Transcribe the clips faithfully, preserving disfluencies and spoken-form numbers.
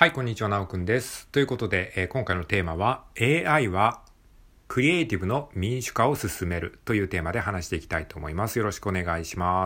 はい、こんにちは、なおくんです。ということで、えー今回のテーマは エーアイ はクリエイティブの民主化を進めるというテーマで話していきたいと思います。よろしくお願いします。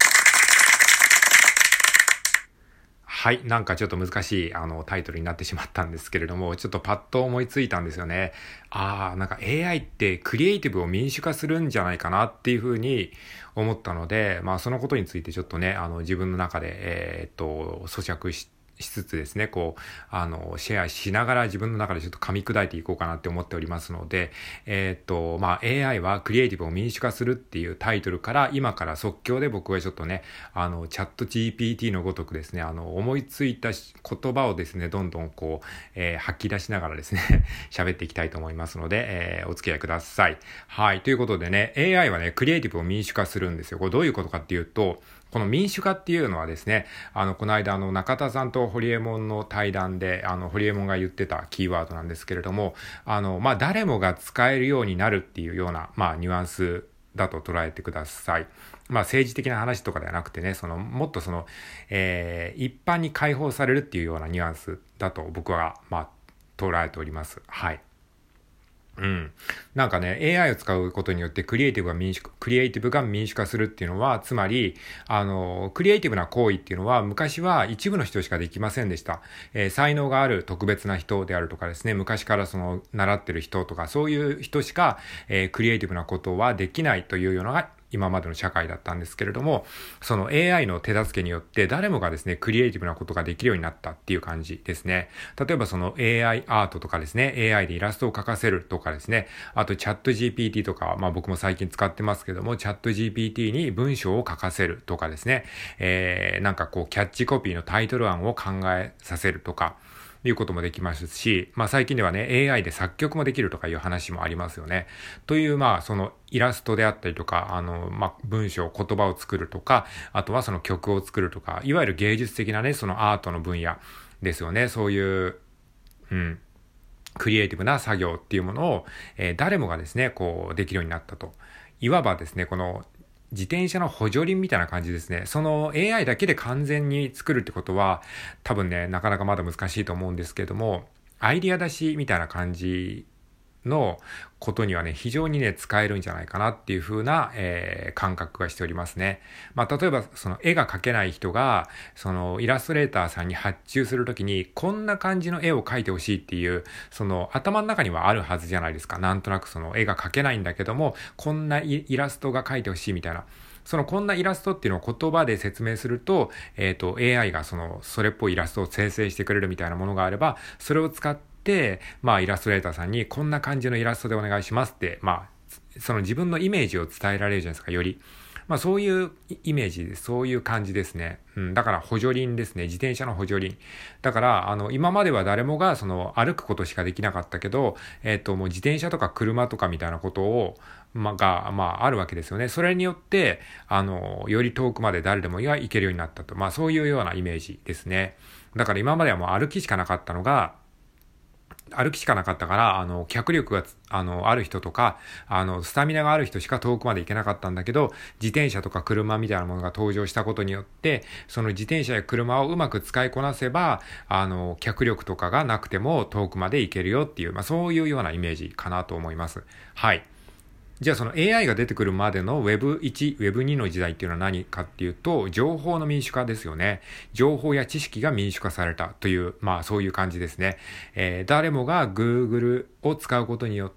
はい、なんかちょっと難しいあのタイトルになってしまったんですけれども、ちょっとパッと思いついたんですよね。ああ、なんか エーアイ ってクリエイティブを民主化するんじゃないかなっていうふうに思ったので、まあそのことについてちょっとね、あの自分の中で、えーっと、咀嚼して、しつつですね、こう、あの、シェアしながら自分の中でちょっと噛み砕いていこうかなって思っておりますので、えーっと、まあ、エーアイ はクリエイティブを民主化するっていうタイトルから、今から即興で僕はちょっとね、あの、チャット ジーピーティー のごとくですね、あの、思いついた言葉をですね、どんどんこう、えー吐き出しながらですね、喋っていきたいと思いますので、えーお付き合いください。はい。ということでね、エーアイ はね、クリエイティブを民主化するんですよ。これどういうことかっていうと、この民主化っていうのはですね、あの、この間、あの、中田さんとホリエモンの対談で、あの、ホリエモンが言ってたキーワードなんですけれども、あの、まあ、誰もが使えるようになるっていうような、まあ、ニュアンスだと捉えてください。まあ、政治的な話とかではなくてね、その、もっとその、えー、一般に解放されるっていうようなニュアンスだと僕は、まあ、捉えております。はい。うん。なんかね、エーアイ を使うことによってクリエイティブが民主、クリエイティブが民主化するっていうのは、つまり、あの、クリエイティブな行為っていうのは、昔は一部の人しかできませんでした。えー才能がある特別な人であるとかですね、昔からその、習ってる人とか、そういう人しか、えークリエイティブなことはできないというようなのが、今までの社会だったんですけれども、その エーアイ の手助けによって誰もがですね、クリエイティブなことができるようになったっていう感じですね。例えばその エーアイ アートとかですね、エーアイ でイラストを描かせるとかですね、あとチャット ジーピーティー とか、まあ僕も最近使ってますけども、チャット ジーピーティー に文章を書かせるとかですね、えー、なんかこうキャッチコピーのタイトル案を考えさせるとか、いうこともできますし、まあ最近ではね、エーアイ で作曲もできるとかいう話もありますよね。という、まあそのイラストであったりとか、あの、まあ文章、言葉を作るとか、あとはその曲を作るとか、いわゆる芸術的なね、そのアートの分野ですよね。そういう、うん。クリエイティブな作業っていうものを、えー誰もがですね、こう、できるようになったと。いわばですね、この、自転車の補助輪みたいな感じですね。その エーアイ だけで完全に作るってことは、多分ね、なかなかまだ難しいと思うんですけれども、アイディア出しみたいな感じのことにはね、非常にね、使えるんじゃないかなっていう風な、えー感覚がしておりますね。まあ、例えば、その絵が描けない人が、そのイラストレーターさんに発注するときに、こんな感じの絵を描いてほしいっていう、その頭の中にはあるはずじゃないですか。なんとなくその絵が描けないんだけども、こんなイイラストが描いてほしいみたいな。そのこんなイラストっていうのを言葉で説明すると、えっと、エーアイ がその、それっぽいイラストを生成してくれるみたいなものがあれば、それを使って、まあ、イラストレーターさんにこんな感じのイラストでお願いしますって、まあ、その自分のイメージを伝えられるじゃないですか、より。まあそういうイメージで、そういう感じですね。うん、だから補助輪ですね。自転車の補助輪。だから、あの、今までは誰もがその歩くことしかできなかったけど、えっと、もう自転車とか車とかみたいなことを、まあ、が、まあ、あるわけですよね。それによって、あの、より遠くまで誰でもが行けるようになったと。まあそういうようなイメージですね。だから今まではもう歩きしかなかったのが、歩きしかなかったから、あの、脚力が、あの、ある人とか、あの、スタミナがある人しか遠くまで行けなかったんだけど、自転車とか車みたいなものが登場したことによって、その自転車や車をうまく使いこなせば、あの、脚力とかがなくても遠くまで行けるよっていう、まあそういうようなイメージかなと思います。はい。じゃあその エーアイ が出てくるまでの ウェブワン、ウェブツー の時代っていうのは何かっていうと、情報の民主化ですよね。情報や知識が民主化されたという、まあそういう感じですね。えー誰もが Google を使うことによって、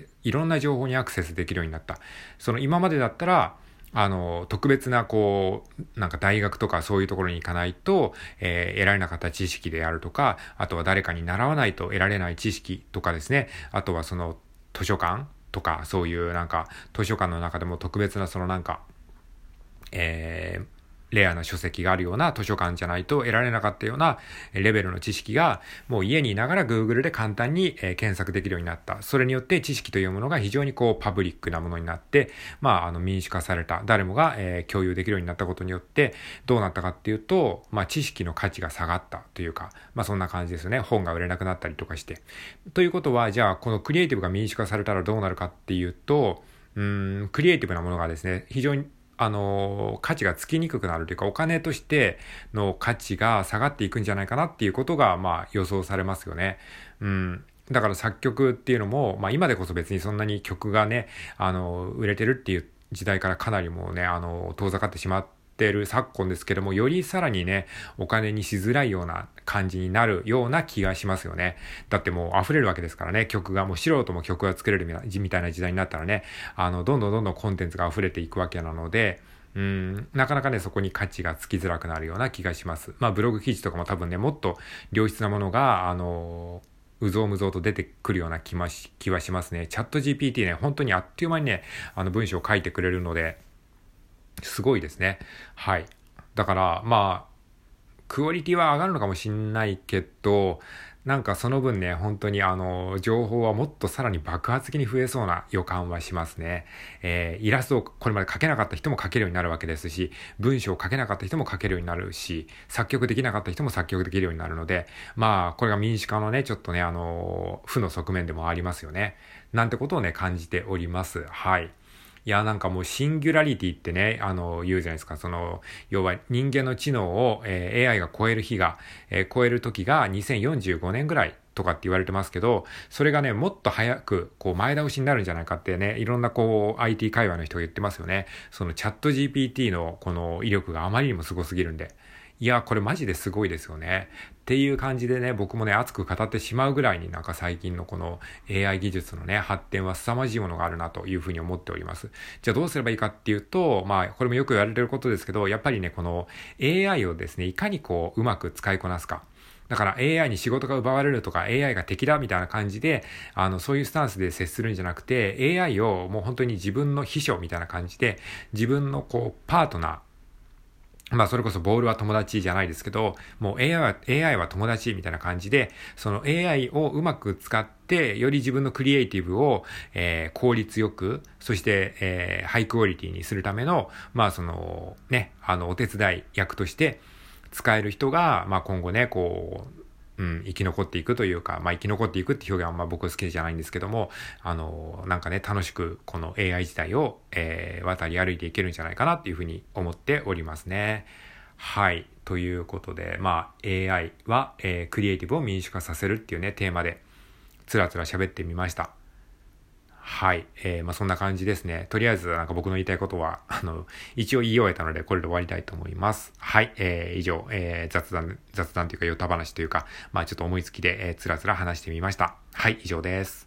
いろんな情報にアクセスできるようになった。その今までだったら、あの、特別な、こう、なんか大学とかそういうところに行かないと、えー得られなかった知識であるとか、あとは誰かに習わないと得られない知識とかですね。あとはその図書館とか、そういうなんか、図書館の中でも特別なそのなんか、えー、レアな書籍があるような図書館じゃないと得られなかったようなレベルの知識が、もう家にいながら Google で簡単に、えー検索できるようになった。それによって知識というものが非常にこうパブリックなものになって、まあ、あの民主化された。誰もが、えー共有できるようになったことによって、どうなったかっていうと、まあ、知識の価値が下がったというか、まあ、そんな感じですよね。本が売れなくなったりとかして。ということは、じゃあ、このクリエイティブが民主化されたらどうなるかっていうと、うーん、クリエイティブなものがですね、非常にあの、価値がつきにくくなるというか、お金としての価値が下がっていくんじゃないかなっていうことが、まあ予想されますよね。うん。だから作曲っていうのも、まあ今でこそ別にそんなに曲がね、あの、売れてるっていう時代からかなりもうね、あの、遠ざかってしまってる昨今ですけども、よりさらにね、お金にしづらいような感じになるような気がしますよね。だってもう溢れるわけですからね、曲が、もう素人も曲が作れるみたいな時代になったらね、あの、どんどんどんどんコンテンツが溢れていくわけなので、うん、なかなかね、そこに価値がつきづらくなるような気がします。まあ、ブログ記事とかも多分ね、もっと良質なものが、あのうぞうむぞうと出てくるような気はし、気はしますね。チャット ジーピーティー ね、本当にあっという間にね、あの文章を書いてくれるので、すごいですね。はい。だから、まあ、クオリティは上がるのかもしんないけど、なんかその分ね、本当にあの、情報はもっとさらに爆発的に増えそうな予感はしますね。えー、イラストをこれまで描けなかった人も描けるようになるわけですし、文章を書けなかった人も書けるようになるし、作曲できなかった人も作曲できるようになるので、まあ、これが民主化のね、ちょっとね、あの、負の側面でもありますよね。なんてことをね、感じております。はい。いや、なんかもうシンギュラリティってね、あの、言うじゃないですか。その、要は人間の知能を、えー エーアイ が超える日が、えー超える時がにせんよんじゅうごねんぐらいとかって言われてますけど、それがね、もっと早く、こう、前倒しになるんじゃないかってね、いろんなこう、アイティー 界隈の人が言ってますよね。そのチャット ジーピーティー のこの威力があまりにもすごすぎるんで。いや、これマジですごいですよね。っていう感じでね、僕もね、熱く語ってしまうぐらいになんか最近のこの エーアイ 技術のね、発展は凄まじいものがあるなというふうに思っております。じゃあどうすればいいかっていうと、まあ、これもよく言われてることですけど、やっぱりね、この エーアイ をですね、いかにこう、うまく使いこなすか。だから エーアイ に仕事が奪われるとか エーアイ が敵だみたいな感じで、あの、そういうスタンスで接するんじゃなくて、エーアイ をもう本当に自分の秘書みたいな感じで、自分のこう、パートナー、まあそれこそボールは友達じゃないですけど、もう エーアイ は、エーアイ は友達みたいな感じで、その エーアイ をうまく使って、より自分のクリエイティブを、えー、効率よく、そして、えー、ハイクオリティにするための、まあその、ね、あの、お手伝い役として使える人が、まあ今後ね、こう、うん、生き残っていくというか、まあ生き残っていくって表現はあんま僕好きじゃないんですけども、あの、なんかね、楽しくこの エーアイ 自体を、えー、渡り歩いていけるんじゃないかなっていうふうに思っておりますね。はい。ということで、まあ エーアイ は、えー、クリエイティブを民主化させるっていうね、テーマでつらつら喋ってみました。はい。えー、まあそんな感じですね。とりあえず、なんか僕の言いたいことは、あの、一応言い終えたので、これで終わりたいと思います。はい。えー、以上、えー、雑談、雑談というか、ヨタ話というか、まあちょっと思いつきで、えー、つらつら話してみました。はい、以上です。